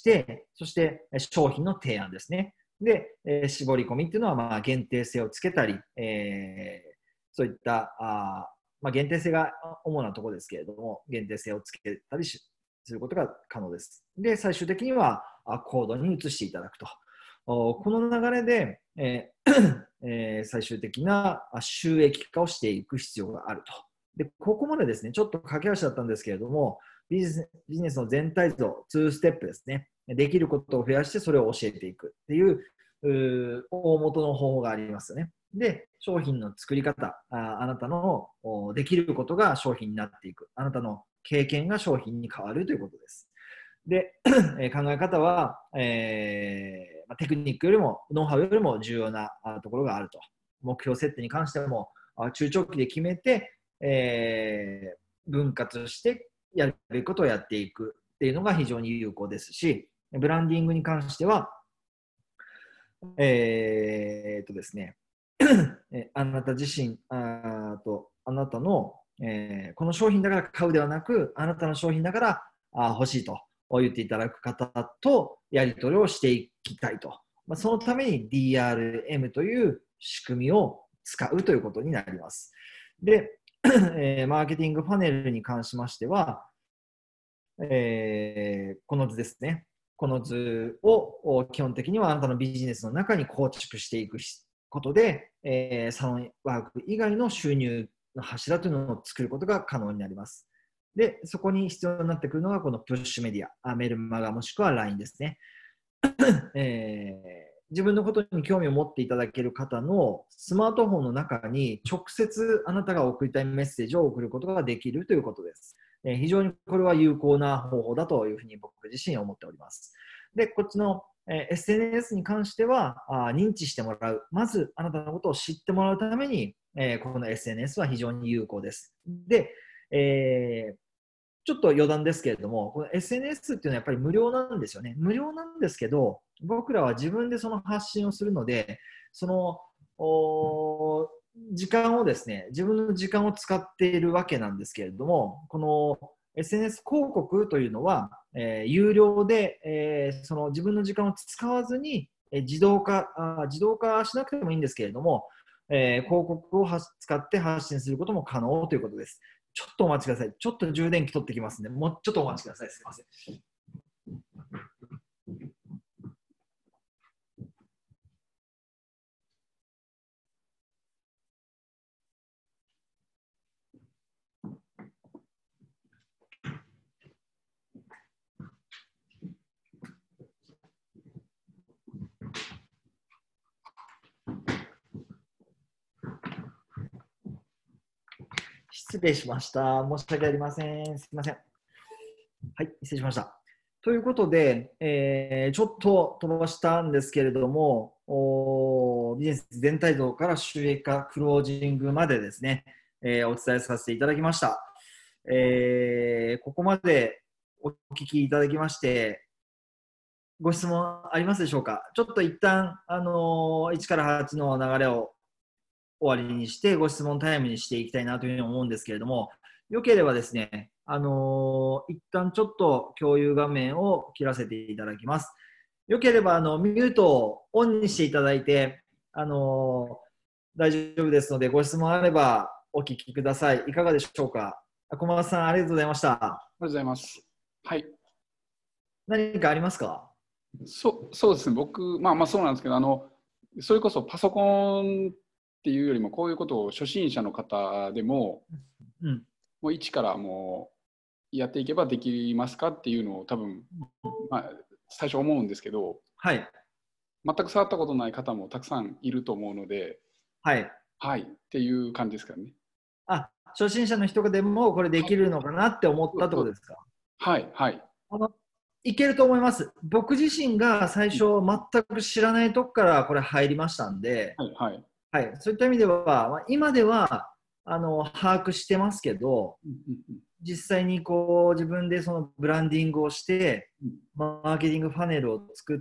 そして商品の提案ですね。で、えー、絞り込みっていうのは、まあ、限定性をつけたり、えー、そういったあ、まあ、限定性が主なところですけれども、限定性をつけたりすることが可能です。で、最終的にはコードに移していただくと。この流れで、えーえー、最終的な収益化をしていく必要があると。で、ここまでですね、ちょっと駆け足だったんですけれども、ビジネス、ビジネスの全体像、にステップですね。できることを増やしてそれを教えていくっていう、大元の方法がありますよね。で、商品の作り方、あ、あなたのできることが商品になっていく。あなたの経験が商品に変わるということです。で、考え方は、えー、テクニックよりも、ノウハウよりも重要なところがあると。目標設定に関しても、中長期で決めて、えー、分割してやるべきことをやっていくっていうのが非常に有効ですし、ブランディングに関しては、えー、っとですね、あなた自身、あとあなたの、えー、この商品だから買うではなく、あなたの商品だからあ欲しいと言っていただく方とやり取りをしていきたいと。まあ、そのために ディーアールエム という仕組みを使うということになります。で、えー、マーケティングパネルに関しましては、えー、この図ですね。この図を基本的にはあなたのビジネスの中に構築していくことで、えー、サロンワーク以外の収入の柱というのを作ることが可能になります。で、そこに必要になってくるのがこのプッシュメディア、メルマガもしくは ライン ですね。えー、自分のことに興味を持っていただける方のスマートフォンの中に直接あなたが送りたいメッセージを送ることができるということです。えー、非常にこれは有効な方法だというふうに僕自身思っております。で、こっちの、えー、エスエヌエス に関してはあ認知してもらう。まずあなたのことを知ってもらうために、えー、この エスエヌエス は非常に有効です。で、えーちょっと余談ですけれども、この エスエヌエス っていうのはやっぱり無料なんですよね。無料なんですけど、僕らは自分でその発信をするので、その時間をですね、自分の時間を使っているわけなんですけれども、この エスエヌエス 広告というのは、えー、有料で、えー、その自分の時間を使わずに、えー、自動化あ、自動化しなくてもいいんですけれども、えー、広告を使って発信することも可能ということです。ちょっとお待ちください。ちょっと充電器取ってきますね。もうちょっとお待ちください。すみません。失礼しました。申し訳ありません。すみません。はい、失礼しました。ということで、えー、ちょっと飛ばしたんですけれども、おビジネス全体像から収益化、クロージングまでですね、えー、お伝えさせていただきました。えー、ここまでお聞きいただきまして、ご質問ありますでしょうか。ちょっと一旦、あのー、いちからはちの流れを終わりにしてご質問タイムにしていきたいなというふうに思うんですけれども、よければですね、あのー、一旦ちょっと共有画面を切らせていただきます。よければあのミュートをオンにしていただいて、あのー、大丈夫ですので、ご質問あればお聞きください。いかがでしょうか。小松さん、ありがとうございました。 ありがとうございます。はい。 何かありますか？ そ、そうですね。僕、まあまあそうなんですけど、あの、それこそパソコンっていうよりも、こういうことを初心者の方でも、 うん。 もう一からもうやっていけばできますかっていうのを多分、まあ、最初思うんですけど、 はい。 全く触ったことない方もたくさんいると思うので、 はい。 はい、っていう感じですかね。 あ、初心者の人でもこれではい、 きるのかなって思ったってそうそう、 ことですか？ はい、はい。 あの、いけると思います。僕自身が最初全く知らないとこからこれ入りましたんで、 はい、はい。 はい、そういった意味では、まあ、今ではあの把握してますけど、 うんうん実際にこう自分でそのブランディングをして、 うん、 マーケティングファネルを作って、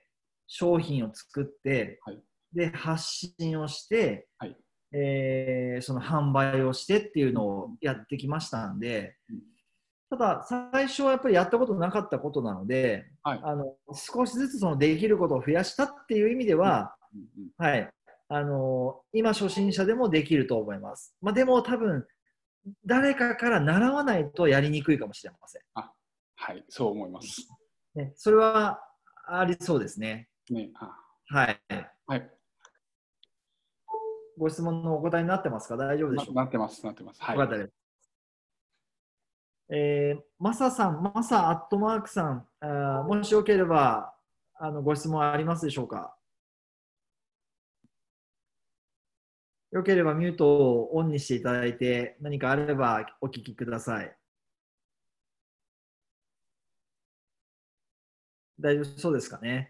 商品を作って、 はい、 で、発信をして、 はい。 えーその販売をしてっていううんのをやってきましたんで、 うん、 ただ、最初はやっぱりやったことなかったことなので、 はい。 あの少しずつそのできることを増やしたっていう意味でうんは、 うんうん、 はい、あの今、初心者でもできると思います。まあ、でも多分、誰かから習わないとやりにくいかもしれません。 あ、はい、そう思います。 ね、それはありそうですね。 ね、あ、 はい。 はい。 ご質問のお答えになってますか？大丈夫でな、 しょうか？ なってます、なってます。はい。 よかったです。えー、マサさん、マサアットマークさん、あーもしよければあのご質問ありますでしょうか？よければミュートをオンにしていただいて、何かあればお聞きください。大丈夫そうですかね。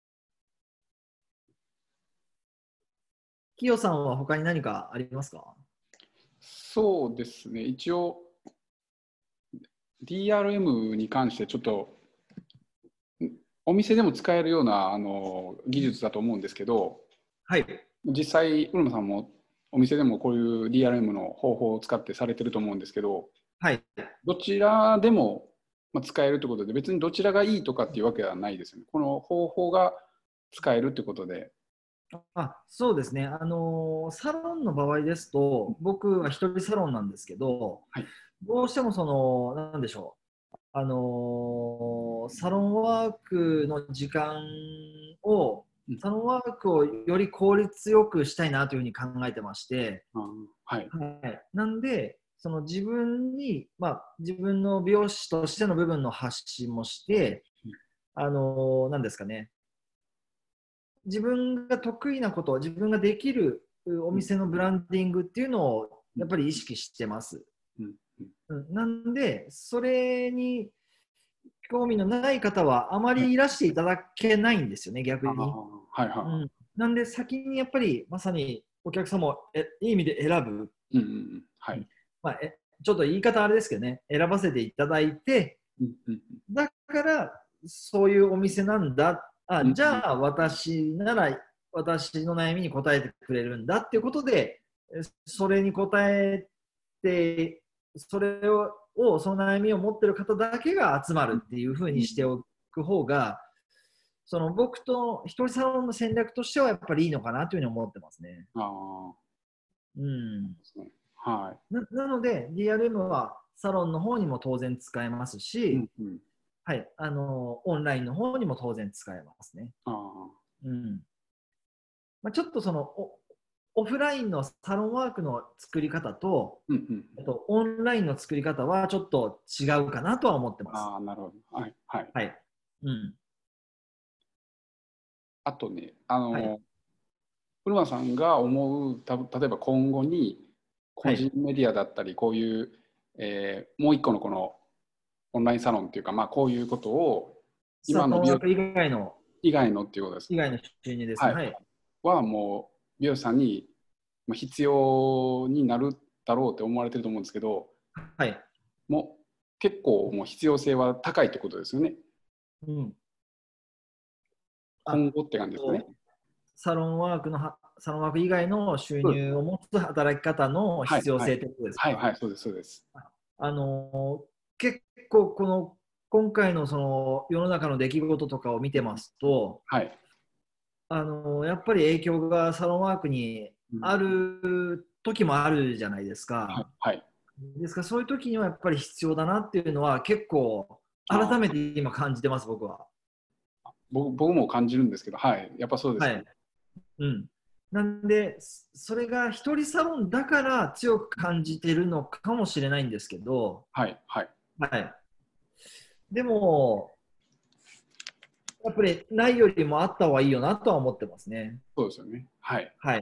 キヨさんは他に何かありますか？ そうですね。一応、ディーアールエム に関してちょっと、お店でも使えるようなあの技術だと思うんですけど、 はい。 実際、ウルマさんもお店でもこういう ディーアールエム の方法を使ってされてると思うんですけど、 はい。 どちらでもまあ使えるということで、別にどちらがいいとかっていうわけではないですよね。この方法が使えるということで。 あ、そうですね。あのーサロンの場合ですと、僕は一人サロンなんですけど、 はい。 どうしてもその、なんでしょう。あのーサロンワークの時間を、 うん、 サロンワークをより効率よくしたいなというふうに考えてまして、 あ、はい。 はい。なんで、その自分に、まあ、自分の美容師としての部分の発信もして、あのーなんですかね、自分が得意なこと、自分ができるおうん、 店のブランディングっていうのをうん、 やっぱり意識してます。 うん、うん。 うん、なんで、それに興味のない方はあまはい。 りいらしていただけないんですよね、逆ああ、 に。 はいはうん、なんで、先にやっぱりまさにお客様をえいい意味で選ぶ、 い。うん、うん、うん。はうん、 い。 まあ、えちょっと言い方あれですけどね、選ばせていただいて、 うん、うん、 だからそういうお店なんだ、あ、 うん、うん。 じゃあ私なら私の悩みに答えてくれるんだっていうことで、それに答えて、それを、をその悩みを持っている方だけが集まるっていうふうにしておく方が、その僕と一人サロンの戦略としてはやっぱりいいのかなというふうに思ってますね。 ああ、 うん。 そうですね。はななので、ディーアールエム はサロンの方にも当然使えますい。うし、 ん、うん。 はい、あのオンラインの方にも当然使えますね。 ああ、 うん。まあ、ちょっとそのおオフラインのサロンワークの作り方と、 うん、うん。 あとオンラインの作り方はちょっと違うかなとは思ってます。 ああ、なるほど。はい、はい。 はい。うん。 あとね、あはい。 の、古間さんが思う、た例えば今後に個人はい。 メディアだったり、こういう、えーもう一個のこのオンラインサロンっていうか、まあ、こういうことをサ今の美容ロンワーク以外の、 以外のっていうことですね。 以外の収入ですね。 はい。 はい。 はもう美容師さんにまあ必要になるだろうって思われてると思うんですけど、 はい。 もう結構もう必要性は高いってことですよね。 うん。あ、 今後って感じですかね。 サロンワークのは、サロンワーク以外の収そうですね。 入を持つ働き方のはい、はい。 必要性ということですか？ はい、はい、そうです、そうです。 あの結構この今回のその世の中の出来事とかを見てますと、 はい。 あのやっぱり影響がサロンワークにうん、 ある時もあるじゃないですはい。 か。 はい。 ですからそういう時にはやっぱり必要だなっていうのは結構あー、 改めて今感じてます、僕は。 僕僕も感じるんですけど、はい。やっぱそうですよね。 はい。うん。なんで、それが一人サロンだから強く感じてるのかもしれないんですけど、 はい。はい。 はい。でも、やっぱりないよりもあった方がいいよなとは思ってますね。 そうですよね。はい。 はい。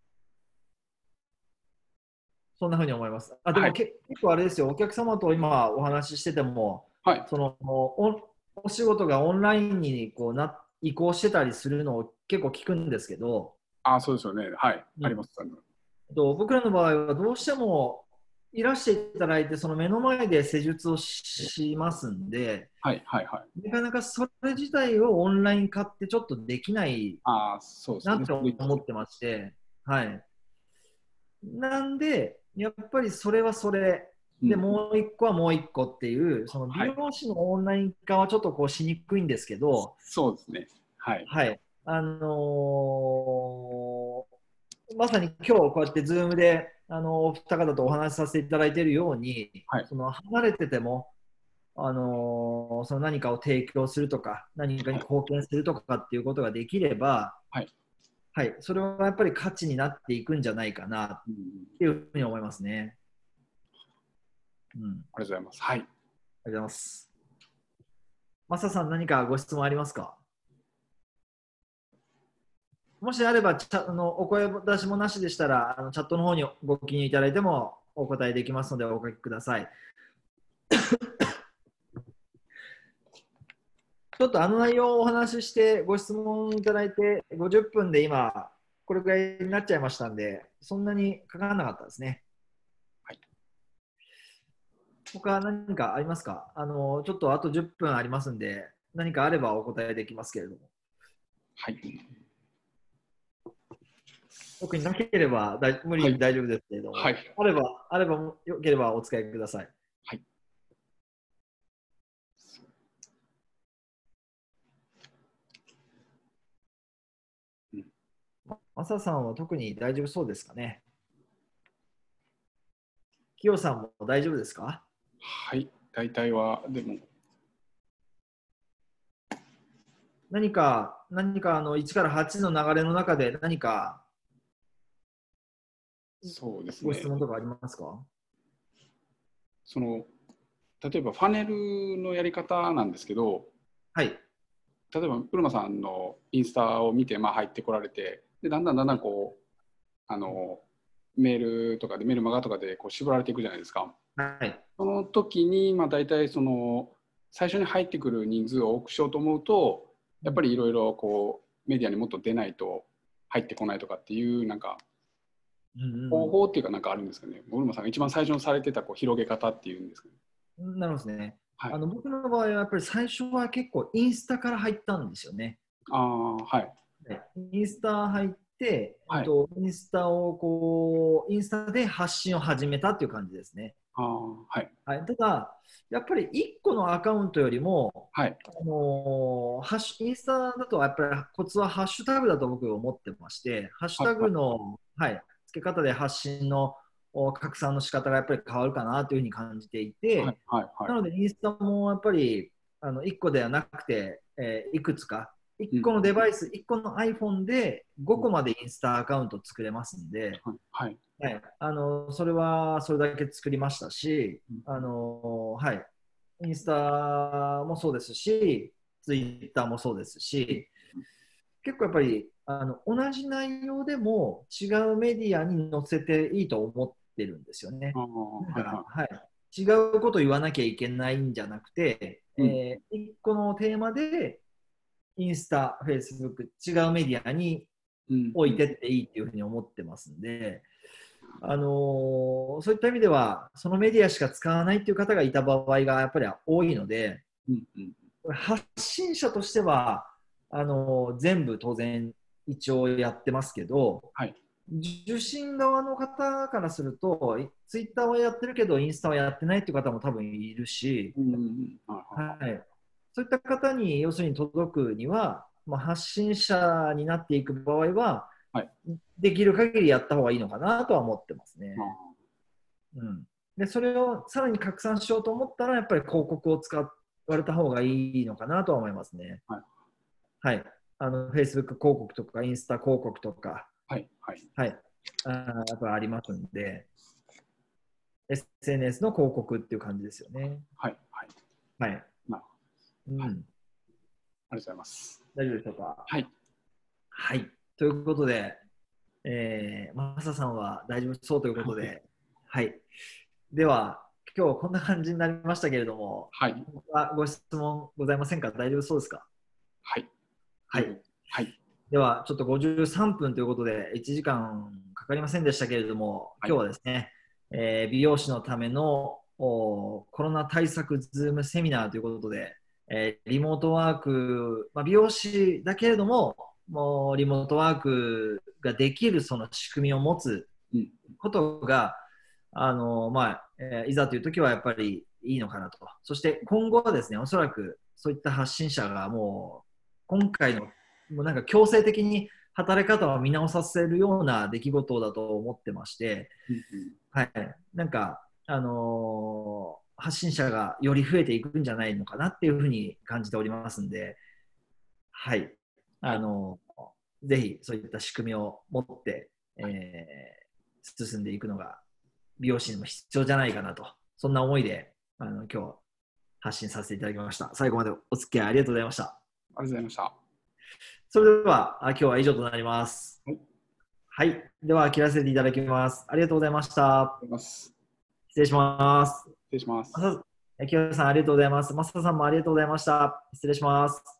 そんなふうに思います。あ、ではい。 もけ結構あれですよ、お客様と今お話ししてても、 はい。 そのお、お仕事がオンラインにこうな移行してたりするのを結構聞くんですけど、 ああ、そうですよね。はい。 うん、 あります。あります。 と僕らの場合はどうしてもいらしていただいて、その目の前で施術をしますんで、 はい。はい。はい。 なかなかそれ自体をオンライン化ってちょっとできないああ、そうですよね。 なと思ってまして、はい。なんで、やっぱりそれはそれで、 うん。 もう一個はもう一個っていう、その美はい。 容師のオンライン化はちょっとこうしにくいんですけど、 そうですね。はい。 はい。あのーまさに今日こうやってズームで、あのお二方とお話しさせていただいているように、 はい。 その離れてても、あのーその何かを提供するとか、何かにはい。 貢献するとかっていうことができれば、 はい。 はい、それはやっぱり価値になっていくんじゃないかなっうん、 ていうふうに思いますね。うん、ありがとうありがとうございます。はい。 ございます。マサさん、何かご質問ありますか？もしあれば、チャあのお声出しもなしでしたら、あのチャットの方にご記入いただいてもお答えできますので、お書きください。ちょっとあの内容をお話しして、ご質問いただいて、ごじゅっぷんで今、これくらいになっちゃいましたんで、そんなにかからなかったですね。 はい。 他何かありますか？あの、ちょっとあとじゅっぷんありますんで、何かあればお答えできますけれども。 はい。 特になければだ無はい。 理大丈夫ですけれども、 はい。 あれば、あればよければお使いください。 はい。うん、 マサさんは特に大丈夫そうですかね。キヨさんも大丈夫ですか？ はい。大体は、でも、 何か、何かあのいちからはちの流れの中で何かそうですご質ね。 問とかありますか？ その、例えばファネルのやり方なんですけど、 はい。 例えば、うるまさんのインスタを見て、まあ、入ってこられて、で、だんだんだんだんこう、あの、メールとかで、メールマガとかでこう絞られていくじゃないですか。 はい。 その時に、まあ、大体その、最初に入ってくる人数を多くしようと思うと、やっぱりいろいろこう、メディアにもっと出ないと入ってこないとかっていう、なんか、 うんうん方法っていうかなんかあるんですかね。うるまさんが一番最初にされてたこう広げ方っていうんですかね。 うん、なるほどですね。 はい。 あの僕の場合はやっぱり最初は結構インスタから入ったんですよね。 ああ、はい。 はい、インスタ入って、えはい。 っと、インスタをこう、インスタで発信を始めたっていう感じですね。 ああ、はい。 はい、ただ、やっぱりいっこのアカウントよりも、 はい。 あのーハッシュインスタだとやっぱりコツはハッシュタグだと僕は思ってまして、ハッシュはい。 タはい。 グの、はい、付け方で発信のお拡散の仕方がやっぱり変わるかなというふうに感じていはい。 て、 はい。はい。 なのでインスタもやっぱりあのいっこではなくて、えーいくつか、1 うん。 個のデバイス、いっこの iPhone で5 うん。 個までインスタアカウント作れますんで、 はい。はい。 はい、あのそれはそれだけ作りましたし、 うん。 あのはい、インスタもそうですし、ツイッターもそうですうん。 し、結構やっぱりあの同じ内容でも違うメディアに載せていいと思ってるんですよね。 ああ、 なんはい。はか、はい、違うこと言わなきゃいけないんじゃなくて、 い。うん。 えー、いっこのテーマでインスタ、フェイスブック、違うメディアにうん。うん。 置いてっていいっていうふうに思ってますんで、あのーそういった意味では、そのメディアしか使わないっていう方がいた場合がやっぱり多いので、 うん。うん。 発信者としては、あのー全部当然一応やってますけど、 はい。 受信側の方からすると、ツイッターはやってるけど、インスタはやってないっていう方も多分いるし、 うん。うん。はい。ははい、そういった方に要するに届くには、まあ、発信者になっていく場合は、 はい、 できる限りやった方がいいのかなとは思ってますね。 あうん、でそれをさらに拡散しようと思ったら、やっぱり広告を使われた方がいいのかなとは思いますね。 はい。 はい。あの、Facebook 広告とか、インスタ広告とか、 はい。はい。 はい。あやっぱりありますんで、エスエヌエス の広告っていう感じですよね。 はい。はい。 はい。 なるほうん。 ど。はい、ありがとうございます。 大丈夫でしょうか。 はい。 はい。ということで、えー、マサさんは大丈夫そうということで、はい。では、今日はこんな感じになりましたけれども、 はい。 ご質問ございませんか？大丈夫そうですか？ はい。 はい。 はい。 では、ちょっとごじゅうさんぷんということで、いちじかんかかりませんでしたけれども、今日はですね、はい、えー、美容師のためのコロナ対策ズームセミナーということで、えー、リモートワーク、まあ、美容師だけれども、もうリモートワークができるその仕組みを持つことが、うん、あのまあえー、いざという時はやっぱりいいのかなと。そして今後はですね、おそらくそういった発信者がもう今回のもうなんか強制的に働き方を見直させるような出来事だと思ってまして、うんうん、はい、なんか、あのー、発信者がより増えていくんじゃないのかなっていうふうに感じておりますんで、はい、あのー、ぜひそういった仕組みを持って、えー、進んでいくのが美容師にも必要じゃないかなと、そんな思いであの今日発信させていただきました。最後までお付き合いありがとうございました。 ありがとうございました。 それでは、今日は以上となります。はい。はい、では、切らせていただきます。ありがとうございました。失礼します。 失礼します。 清さん、ありがとうございます。増田さんもありがとうございました。失礼します。